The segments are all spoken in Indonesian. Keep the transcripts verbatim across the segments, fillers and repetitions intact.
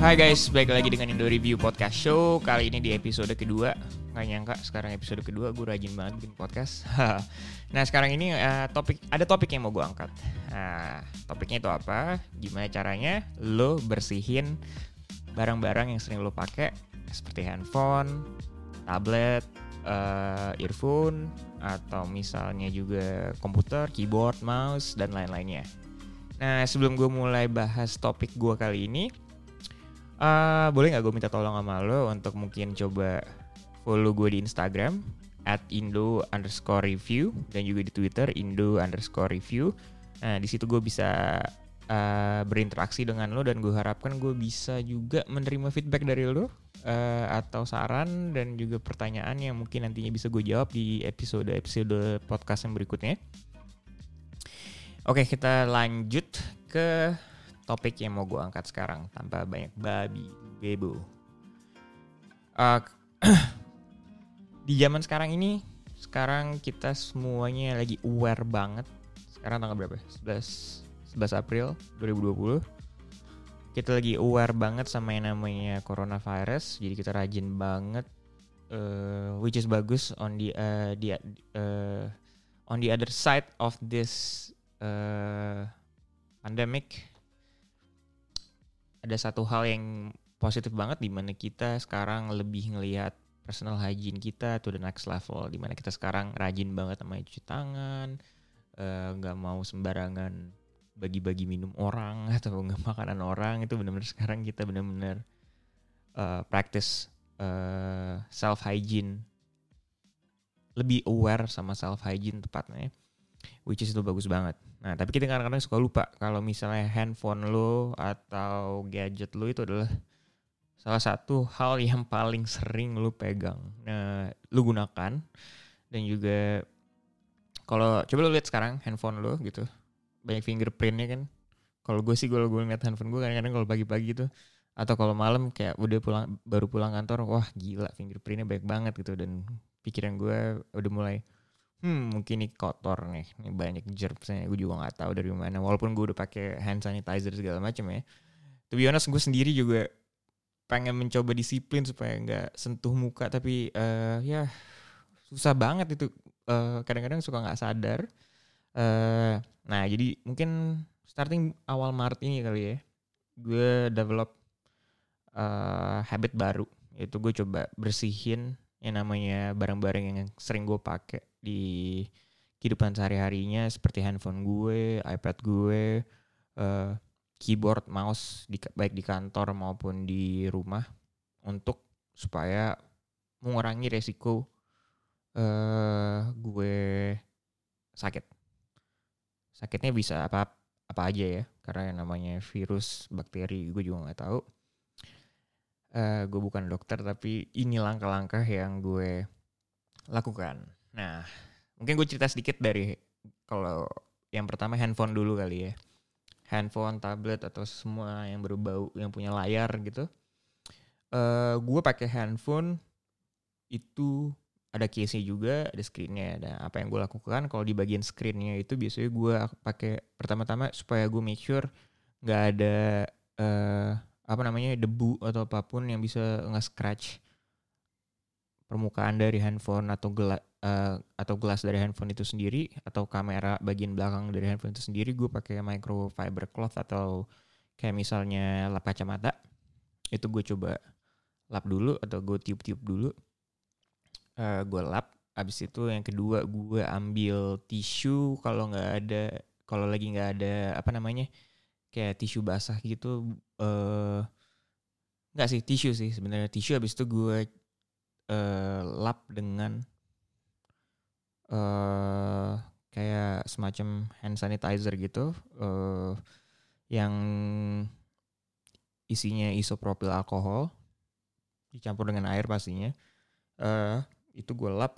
Hai guys, balik lagi dengan Indo Review Podcast Show. Kali ini di episode kedua. Nggak nyangka sekarang episode kedua gue rajin banget bikin podcast. Nah sekarang ini uh, topik ada topik yang mau gue angkat. Nah, topiknya itu apa? Gimana caranya lo bersihin barang-barang yang sering lo pakai, seperti handphone, tablet, uh, earphone, atau misalnya juga komputer, keyboard, mouse, dan lain-lainnya. Nah sebelum gue mulai bahas topik gue kali ini, Uh, boleh gak gue minta tolong sama lo untuk mungkin coba follow gue di Instagram at indo underscore review dan juga di Twitter indo underscore review. Nah di situ gue bisa uh, berinteraksi dengan lo dan gue harapkan gue bisa juga menerima feedback dari lo uh, atau saran dan juga pertanyaan yang mungkin nantinya bisa gue jawab di episode-episode podcast yang berikutnya. Oke, kita lanjut ke topik yang mau gue angkat sekarang tanpa banyak babi bebo. Uh, di zaman sekarang ini, sekarang kita semuanya lagi aware banget. Sekarang tanggal berapa? sebelas April dua ribu dua puluh. Kita lagi aware banget sama yang namanya coronavirus. Jadi kita rajin banget, uh, which is bagus on the uh, the uh, on the other side of this uh, pandemic. Ada satu hal yang positif banget di mana kita sekarang lebih ngelihat personal hygiene kita to the next level, di mana kita sekarang rajin banget sama cuci tangan, nggak uh, mau sembarangan bagi-bagi minum orang atau nggak makanan orang. Itu benar-benar sekarang kita benar-benar uh, practice uh, self hygiene, lebih aware sama self hygiene tepatnya, which is itu bagus banget. Nah, tapi kita kadang-kadang suka lupa kalau misalnya handphone lo atau gadget lo itu adalah salah satu hal yang paling sering lo pegang. Nah, lo gunakan dan juga kalau coba lo lihat sekarang handphone lo gitu, banyak fingerprintnya kan. Kalau gue sih kalau gue ngeliat handphone gue kadang-kadang kalau pagi-pagi tuh atau kalau malam kayak udah pulang baru pulang kantor, wah gila fingerprintnya banyak banget gitu, dan pikiran gue udah mulai Hmm mungkin ini kotor nih, ini banyak germsnya, gue juga nggak tahu dari mana. Walaupun gue udah pakai hand sanitizer segala macam ya. To be honest, gue sendiri juga pengen mencoba disiplin supaya nggak sentuh muka, tapi uh, ya susah banget itu. Uh, kadang-kadang suka nggak sadar. Uh, nah jadi mungkin starting awal Maret ini kali ya, gue develop uh, habit baru, yaitu gue coba bersihin yang namanya barang-barang yang sering gue pakai di kehidupan sehari-harinya, seperti handphone gue, iPad gue, uh, keyboard, mouse, di, baik di kantor maupun di rumah, untuk supaya mengurangi resiko uh, gue sakit. Sakitnya bisa apa apa aja ya, karena yang namanya virus, bakteri, gue juga nggak tahu. Uh, gue bukan dokter, tapi ini langkah-langkah yang gue lakukan. Nah, mungkin gue cerita sedikit dari, kalau yang pertama handphone dulu kali ya. Handphone, tablet, atau semua yang berbau, yang punya layar gitu. Uh, gue pakai handphone itu ada case-nya juga, ada screen-nya. Ada apa yang gue lakukan kalau di bagian screen-nya itu biasanya gue pakai pertama-tama supaya gue make sure nggak ada uh, apa namanya debu atau apapun yang bisa nge-scratch permukaan dari handphone atau gelas uh, atau gelas dari handphone itu sendiri, atau kamera bagian belakang dari handphone itu sendiri. Gue pakai microfiber cloth atau kayak misalnya lap kacamata. Itu gue coba lap dulu atau gue tiup-tiup dulu. Uh, gue lap. Abis itu yang kedua gue ambil tisu, kalau nggak ada, kalau lagi nggak ada apa namanya kayak tisu basah gitu. Uh, nggak sih tisu sih sebenarnya tisu. Abis itu gue uh, lap dengan uh, kayak semacam hand sanitizer gitu, uh, yang isinya isopropyl alkohol dicampur dengan air pastinya. Uh, itu gue lap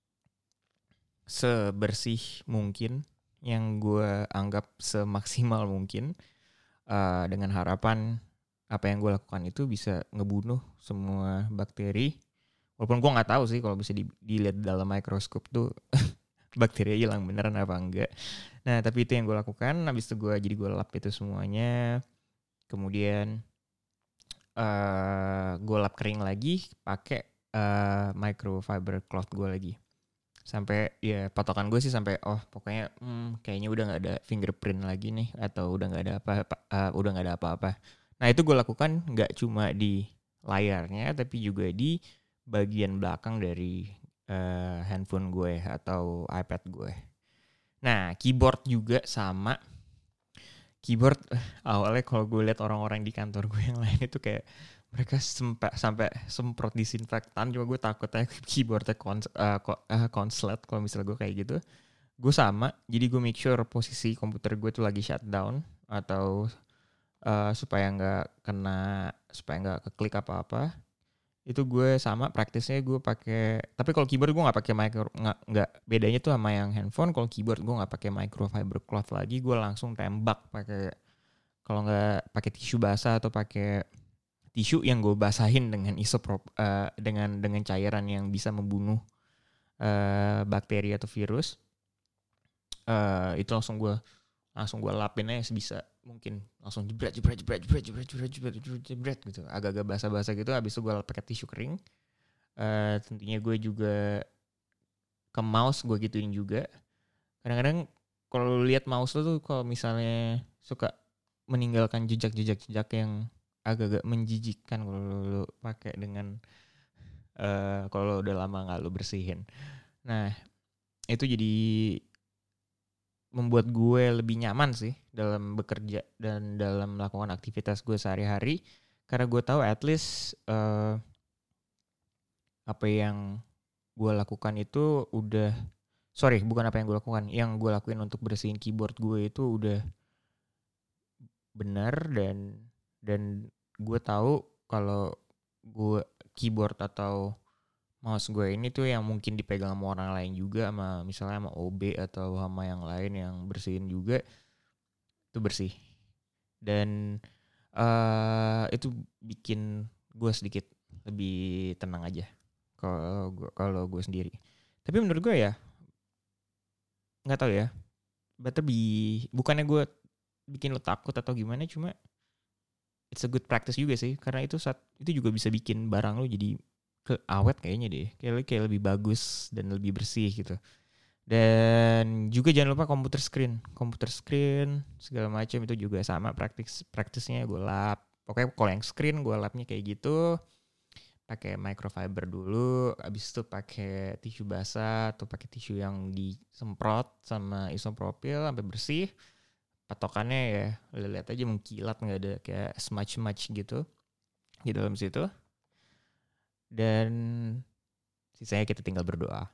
sebersih mungkin, yang gue anggap semaksimal mungkin, uh, dengan harapan apa yang gue lakukan itu bisa ngebunuh semua bakteri. Walaupun gue nggak tahu sih kalau bisa di, dilihat dalam mikroskop tuh bakteri hilang beneran apa enggak. Nah tapi itu yang gue lakukan. Habis itu gue jadi gue lap itu semuanya. Kemudian uh, gue lap kering lagi pakai uh, microfiber cloth gue lagi. Sampai ya patokan gue sih sampai oh pokoknya hmm, kayaknya udah nggak ada fingerprint lagi nih atau udah nggak ada apa uh, udah nggak ada apa-apa. Nah itu gue lakukan nggak cuma di layarnya tapi juga di bagian belakang dari uh, handphone gue atau iPad gue. Nah keyboard juga sama. Keyboard awalnya kalau gue lihat orang-orang di kantor gue yang lain itu kayak mereka sempat sampai semprot disinfektan, cuma gue takutnya keyboardnya kons, uh, uh, konslet kalau misalnya gue kayak gitu. Gue sama, jadi gue make sure posisi komputer gue tuh lagi shutdown atau uh, supaya nggak kena, supaya nggak keklik apa-apa. Itu gue sama praktisnya gue pakai. Tapi kalau keyboard gue nggak pakai micro, nggak nggak bedanya tuh sama yang handphone. Kalau keyboard gue nggak pakai microfiber cloth lagi, gue langsung tembak pakai, kalau nggak pakai tisu basah atau pakai tisu yang gue basahin dengan isoprop uh, dengan dengan cairan yang bisa membunuh uh, bakteri atau virus. Uh, itu langsung gue langsung gue lapin aja sebisa mungkin, langsung jebret jebret jebret jebret jebret jebret jebret jebret jebret gitu, agak-agak basah-basah gitu. Habis itu gue pakai tisu kering. Uh, tentunya gue juga ke mouse gue gituin juga. Kadang-kadang kalau lihat mouse lo tuh kalau misalnya suka meninggalkan jejak-jejak-jejak yang agak-agak menjijikkan kalau lo pakai dengan uh, kalau udah lama nggak lo bersihin. Nah itu jadi membuat gue lebih nyaman sih dalam bekerja dan dalam melakukan aktivitas gue sehari-hari, karena gue tahu at least uh, apa yang gue lakukan itu udah sorry bukan apa yang gue lakukan yang gue lakuin untuk bersihin keyboard gue itu udah benar, dan dan gue tahu kalau gue keyboard atau mouse gue ini tuh yang mungkin dipegang sama orang lain juga, sama misalnya sama O B atau sama yang lain yang bersihin juga, itu bersih. Dan uh, itu bikin gue sedikit lebih tenang aja kalau gue kalau gue sendiri. Tapi menurut gue ya nggak tahu ya, but lebih bukannya gue bikin lo takut atau gimana, cuma it's a good practice juga sih, karena itu saat itu juga bisa bikin barang lo jadi ke awet kayaknya deh, kayak kayak lebih bagus dan lebih bersih gitu. Dan juga jangan lupa komputer screen, komputer screen segala macam itu juga sama praktis praktisnya gue lap. Pokoknya kalau yang screen gue lapnya kayak gitu, pakai microfiber dulu, abis itu pakai tisu basah atau pakai tisu yang disemprot sama isopropil sampai bersih. Patokannya ya lihat aja mengkilat, nggak ada kayak smudge-smudge gitu di dalam situ. Dan sisanya kita tinggal berdoa.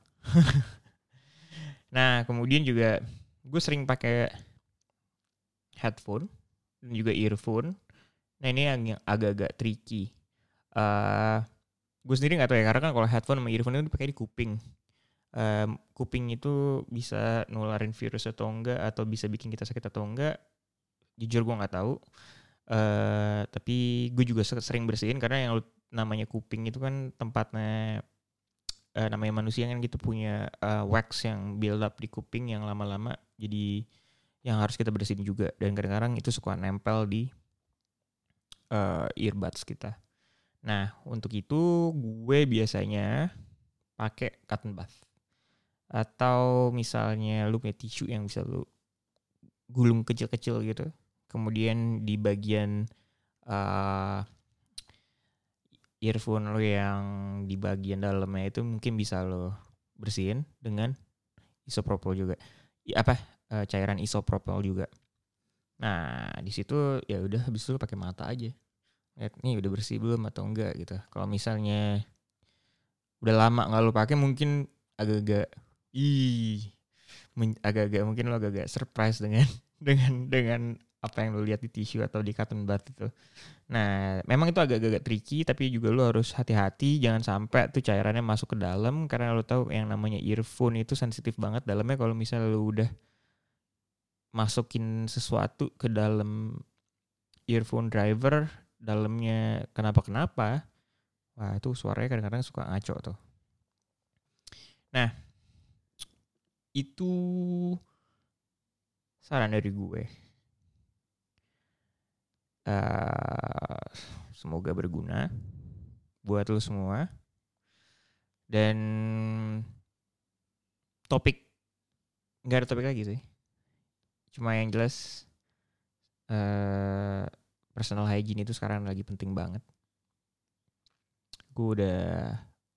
Nah kemudian juga gue sering pakai headphone dan juga earphone. Nah ini yang agak-agak tricky. Uh, gue sendiri nggak tahu ya, karena kan kalau headphone sama earphone itu dipakai di kuping. Um, kuping itu bisa nularin virus atau enggak, atau bisa bikin kita sakit atau enggak, jujur gue nggak tahu. Uh, tapi gue juga sering bersihin, karena yang namanya kuping itu kan tempatnya uh, namanya manusia kan gitu punya uh, wax yang build up di kuping yang lama-lama, jadi yang harus kita bersihin juga. Dan kadang-kadang itu suka nempel di uh, earbuds kita. Nah untuk itu gue biasanya pakai cotton bud. Atau misalnya lu punya tisu yang bisa lu gulung kecil-kecil gitu, kemudian di bagian uh, earphone lu yang di bagian dalamnya itu mungkin bisa lo bersihin dengan isopropyl juga, I, apa uh, cairan isopropyl juga. Nah di situ ya udah, habis itu lu pakai mata aja lihat nih udah bersih belum atau enggak gitu. Kalau misalnya udah lama nggak lu pakai, mungkin agak-agak ih men- agak-agak mungkin lo agak-agak surprise dengan dengan dengan apa yang lo lihat di tisu atau di cotton bud itu. Nah memang itu agak-agak tricky, tapi juga lo harus hati-hati jangan sampai tuh cairannya masuk ke dalam, karena lo tahu yang namanya earphone itu sensitif banget dalamnya. Kalau misalnya lo udah masukin sesuatu ke dalam earphone driver, dalamnya kenapa-kenapa, wah itu suaranya kadang-kadang suka ngaco tuh. Nah itu saran dari gue. Uh, semoga berguna buat lu semua. Dan topik, nggak ada topik lagi sih. Cuma yang jelas uh, personal hygiene itu sekarang lagi penting banget. Gue udah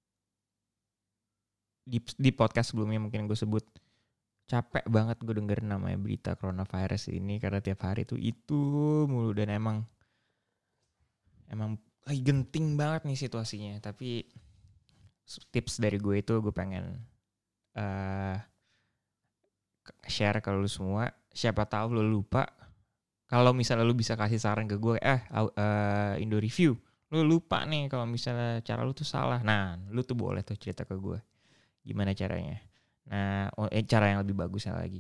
di, di podcast sebelumnya mungkin gue sebut capek banget gue denger namanya berita coronavirus ini karena tiap hari tuh itu mulu dan emang emang lagi genting banget nih situasinya. Tapi tips dari gue itu gue pengen uh, share ke lu semua. Siapa tahu lu lupa. Kalau misalnya lu bisa kasih saran ke gue, eh uh, Indo Review, lu lupa nih kalau misalnya cara lu tuh salah. Nah, lu tuh boleh tuh cerita ke gue gimana caranya. Nah, eh, cara yang lebih bagusnya lagi.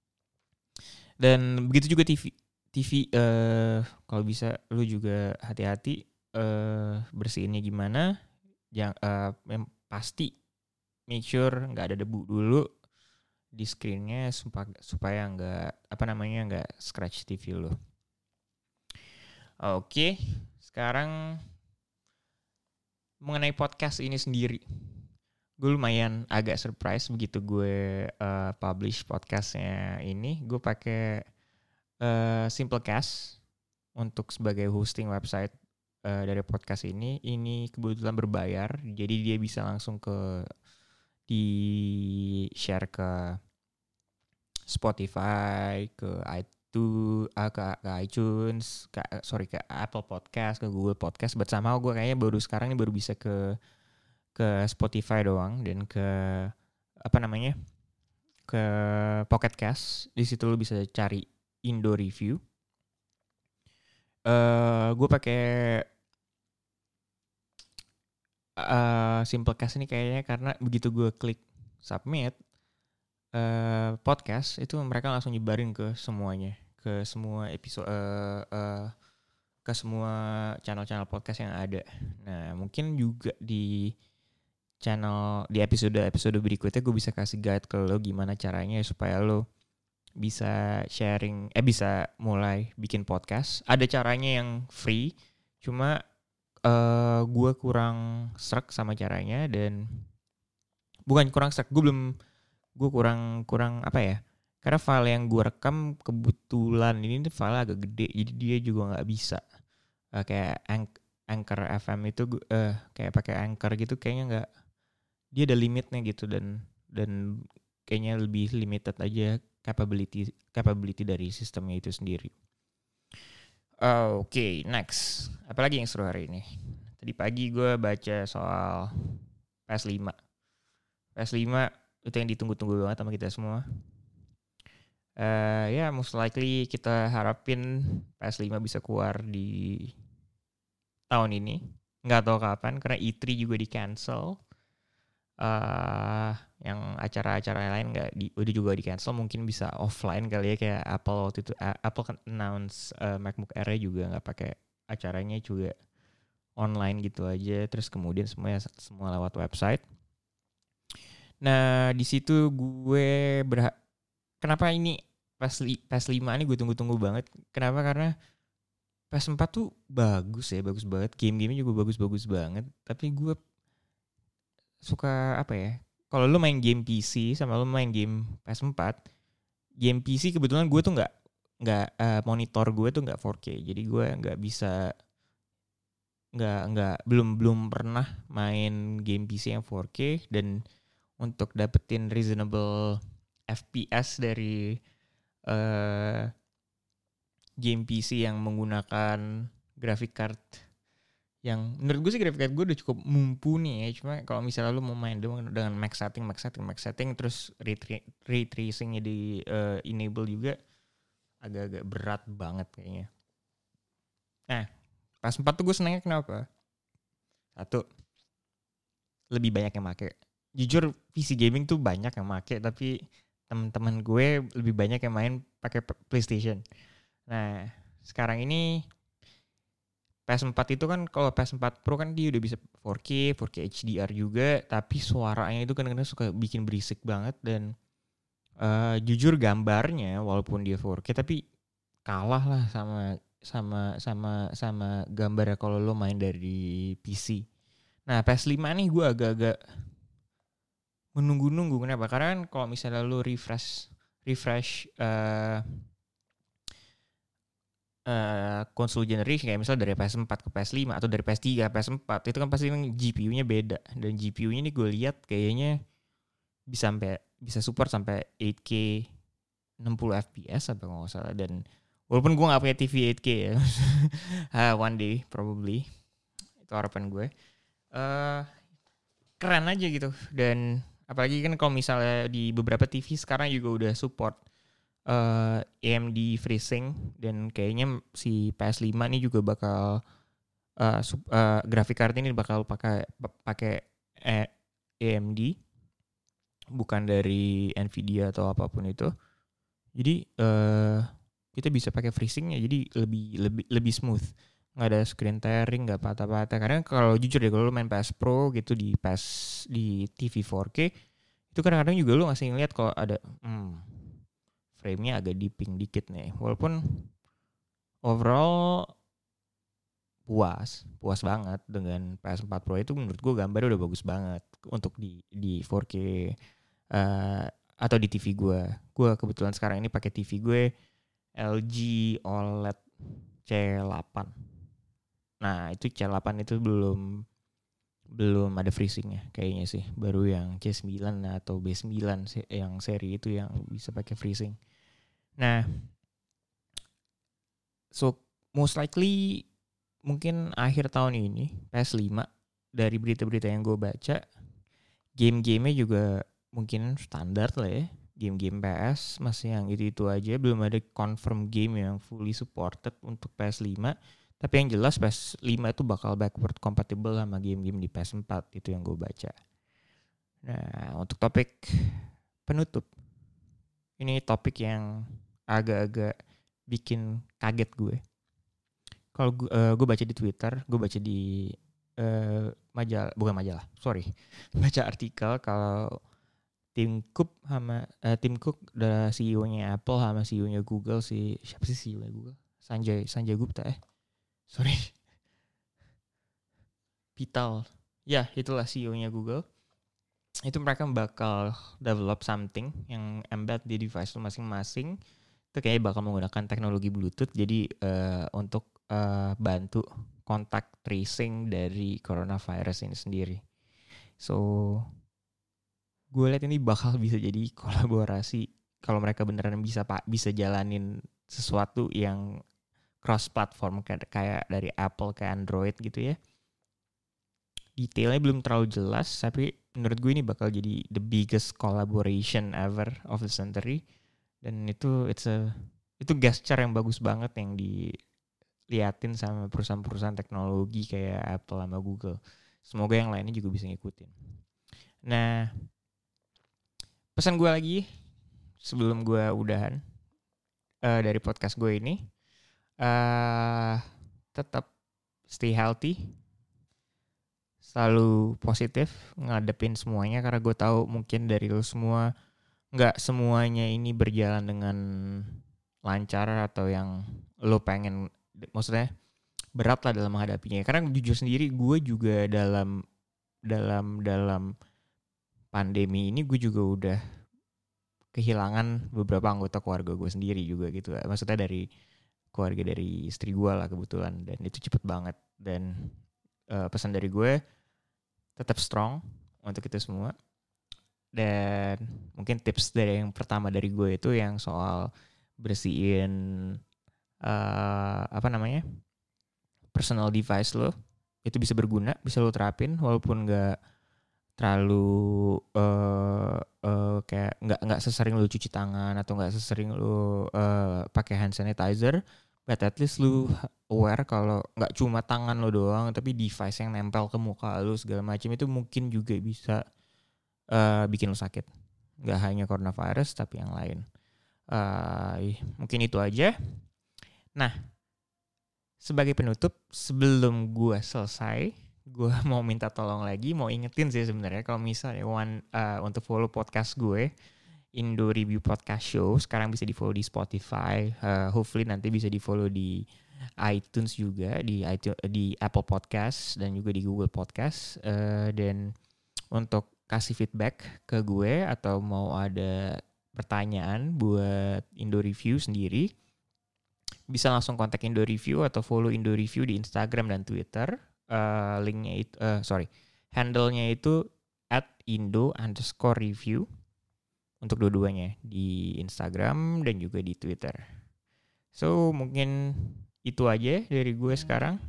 Dan begitu juga T V. T V uh, kalau bisa lu juga hati-hati uh, bersihinnya gimana. Yang uh, pasti make sure nggak ada debu dulu di screennya supaya supaya nggak apa namanya nggak scratch T V lu. Oke, sekarang mengenai podcast ini sendiri. Gue lumayan agak surprise begitu gue uh, publish podcastnya ini. Gue pakai uh, Simplecast untuk sebagai hosting website uh, dari podcast ini. Ini kebetulan berbayar, jadi dia bisa langsung ke di share ke Spotify, ke iTunes, uh, ke, ke iTunes, ke, sorry ke Apple Podcast, ke Google Podcast. But somehow gue kayaknya baru sekarang ini baru bisa ke ke Spotify doang dan ke apa namanya ke Pocket Cast. Di situ lo bisa cari Indo Review. Uh, gue pakai uh, Simplecast ini kayaknya karena begitu gue klik submit uh, podcast itu mereka langsung nyebarin ke semuanya, ke semua episode, uh, uh, ke semua channel-channel podcast yang ada. Nah mungkin juga di channel di episode-episode berikutnya gue bisa kasih guide ke lo gimana caranya supaya lo bisa sharing eh bisa mulai bikin podcast. Ada caranya yang free, cuma uh, gue kurang srek sama caranya dan bukan kurang srek, gue belum gue kurang kurang apa ya? Karena file yang gue rekam kebetulan ini file agak gede, jadi dia juga nggak bisa uh, kayak Anch- Anchor F M itu uh, kayak pakai Anchor gitu kayaknya nggak. Dia ada limitnya gitu dan dan kayaknya lebih limited aja capability capability dari sistemnya itu sendiri. Uh, Oke, okay, next. Apalagi yang seru hari ini? Tadi pagi gue baca soal P S lima. P S lima itu yang ditunggu-tunggu banget sama kita semua. Uh, ya, yeah, most likely kita harapin P S lima bisa keluar di tahun ini. Nggak tahu kapan karena E tiga juga di cancel. Uh, yang acara-acara lain nggak di, udah juga di cancel, mungkin bisa offline kali ya kayak Apple waktu itu. Uh, Apple kan announce uh, MacBook Air juga nggak pakai, acaranya juga online gitu aja, terus kemudian semuanya semua lewat website. Nah di situ gue berha- kenapa ini P S lima ini gue tunggu-tunggu banget. Kenapa? Karena P S empat tuh bagus ya, bagus banget, game-gamenya juga bagus-bagus banget, tapi gue suka apa ya, kalau lu main game P C sama lu main game P S empat, game P C kebetulan gue tuh nggak nggak uh, monitor gue tuh nggak four K, jadi gue nggak bisa nggak nggak belum belum pernah main game P C yang four K. Dan untuk dapetin reasonable F P S dari uh, game P C yang menggunakan graphic card yang menurut gue sih graphic card gue udah cukup mumpuni ya. Cuma kalau misalnya lu mau main dengan, dengan max setting, max setting, max setting terus ray, ray tracingnya di uh, enable juga agak-agak berat banget kayaknya. Nah, P S empat tuh gue senengnya kenapa? Satu, lebih banyak yang make. Jujur P C gaming tuh banyak yang make, tapi teman-teman gue lebih banyak yang main pakai PlayStation. Nah, sekarang ini P S empat itu kan kalau P S empat Pro kan dia udah bisa four K, four K H D R juga, tapi suaranya itu kadang-kadang suka bikin berisik banget. Dan uh, jujur gambarnya walaupun dia four K tapi kalah lah sama sama sama sama gambarnya kalau lo main dari P C. Nah P S lima nih gue agak-agak menunggu-nunggu. Kenapa? Karena kan kalau misalnya lo refresh refresh uh, uh, konsol generation kayak misalnya dari P S four ke P S five atau dari P S three ke P S four, itu kan pasti G P U-nya beda, dan G P U-nya ini gue lihat kayaknya bisa sampai bisa support sampai eight K sixty F P S apa nggak salah. Dan walaupun gue nggak punya T V eight K ya, uh, one day probably, itu harapan gue. Uh, keren aja gitu. Dan apalagi kan kalau misalnya di beberapa T V sekarang juga udah support uh, A M D FreeSync, dan kayaknya si P S five nih juga bakal uh, sub, uh, graphic card ini bakal pakai pakai A M D, bukan dari Nvidia atau apapun itu. Jadi uh, kita bisa pakai FreeSync-nya, jadi lebih lebih lebih smooth, nggak ada screen tearing, nggak patah-patah. Karena kalau jujur deh, kalau lu main P S Pro gitu di P S di T V four K itu kadang-kadang juga lu masih ngeliat kalau ada hmm, frame-nya agak dipping dikit nih. Walaupun overall puas, puas banget dengan P S four Pro itu. Menurut gue gambarnya udah bagus banget untuk di di four K uh, atau di T V gue. Gue kebetulan sekarang ini pakai T V gue L G O L E D C eight. Nah itu C eight itu belum belum ada FreeSync-nya kayaknya sih. Baru yang C nine atau B nine yang seri itu yang bisa pakai FreeSync. Nah, so most likely mungkin akhir tahun ini P S five, dari berita-berita yang gue baca, game-gamenya juga mungkin standar lah ya. Game-game P S masih yang itu-itu aja, belum ada confirm game yang fully supported untuk P S five. Tapi yang jelas P S five itu bakal backward compatible sama game-game di P S four, itu yang gue baca. Nah, untuk topik penutup, ini topik yang agak-agak bikin kaget gue. Kalau gue, uh, gue baca di Twitter, gue baca di uh, majalah, bukan majalah, sorry, baca artikel kalau Tim Cook sama uh, Tim Cook, udah C E O-nya Apple sama C E O-nya Google, si siapa sih C E O-nya Google? Sanjay Sanjay Gupta eh. Sorry. Pital. Ya, itulah C E O-nya Google. Itu mereka bakal develop something yang embed di device lu masing-masing. Itu kayaknya bakal menggunakan teknologi Bluetooth. Jadi uh, untuk uh, bantu contact tracing dari coronavirus ini sendiri. So gue lihat ini bakal bisa jadi kolaborasi kalau mereka beneran bisa pak bisa jalanin sesuatu yang cross platform kayak, kayak dari Apple ke Android gitu ya. Detailnya belum terlalu jelas, tapi menurut gue ini bakal jadi the biggest collaboration ever of the century. Dan itu it's a itu gesture yang bagus banget yang diliatin sama perusahaan-perusahaan teknologi kayak Apple sama Google. Semoga yang lainnya juga bisa ngikutin. Nah, pesan gue lagi sebelum gue udahan uh, dari podcast gue ini, uh, tetap stay healthy, selalu positif ngadepin semuanya, karena gue tahu mungkin dari lo semua nggak semuanya ini berjalan dengan lancar atau yang lo pengen, maksudnya berat lah dalam menghadapinya. Karena jujur sendiri gue juga dalam dalam dalam pandemi ini gue juga udah kehilangan beberapa anggota keluarga gue sendiri juga gitu. Maksudnya dari keluarga dari istri gue lah kebetulan, dan itu cepet banget. Dan uh, pesan dari gue tetap strong untuk itu semua. Dan mungkin tips dari yang pertama dari gue itu yang soal bersihin uh, apa namanya personal device lo, itu bisa berguna, bisa lo terapin walaupun nggak terlalu uh, uh, kayak nggak nggak sesering lo cuci tangan atau nggak sesering lo uh, pakai hand sanitizer, but at least lo aware kalau nggak cuma tangan lo doang tapi device yang nempel ke muka lo segala macam itu mungkin juga bisa uh, bikin lo sakit. Nggak hanya coronavirus tapi yang lain. Uh, mungkin itu aja. Nah, sebagai penutup sebelum gue selesai, gue mau minta tolong lagi, mau ingetin sih sebenarnya kalau misalnya one, uh, untuk follow podcast gue, Indo Review Podcast Show, sekarang bisa di follow di Spotify, uh, hopefully nanti bisa di follow di iTunes juga, di iTunes, di Apple Podcast dan juga di Google Podcast. Uh, dan untuk kasih feedback ke gue atau mau ada pertanyaan buat Indo Review sendiri, bisa langsung kontak Indo Review atau follow Indo Review di Instagram dan Twitter. Uh, linknya itu, uh, sorry, handle-nya itu at Indo underscore review untuk dua-duanya di Instagram dan juga di Twitter. So mungkin itu aja dari gue sekarang.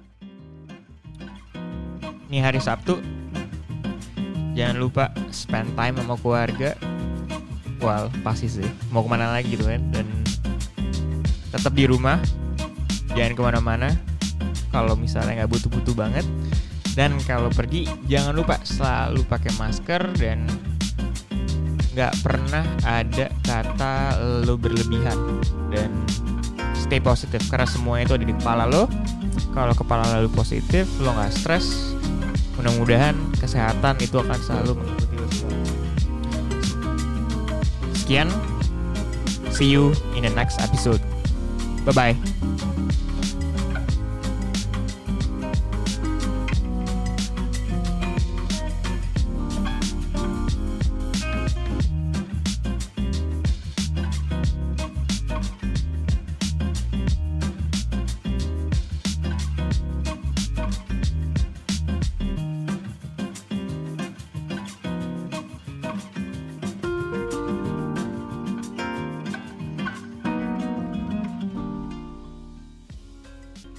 Ini hari Sabtu, jangan lupa spend time sama keluarga. Well, pasti sih, mau kemana lagi gitu kan. Dan tetap di rumah, jangan kemana-mana kalau misalnya nggak butuh-butuh banget. Dan kalau pergi jangan lupa selalu pakai masker dan nggak pernah ada kata lo berlebihan. Dan stay positif karena semuanya itu ada di kepala lo. Kalau kepala lo positif, lo nggak stres, mudah-mudahan kesehatan itu akan selalu mengikuti lo semua. Sekian, see you in the next episode. Bye-bye.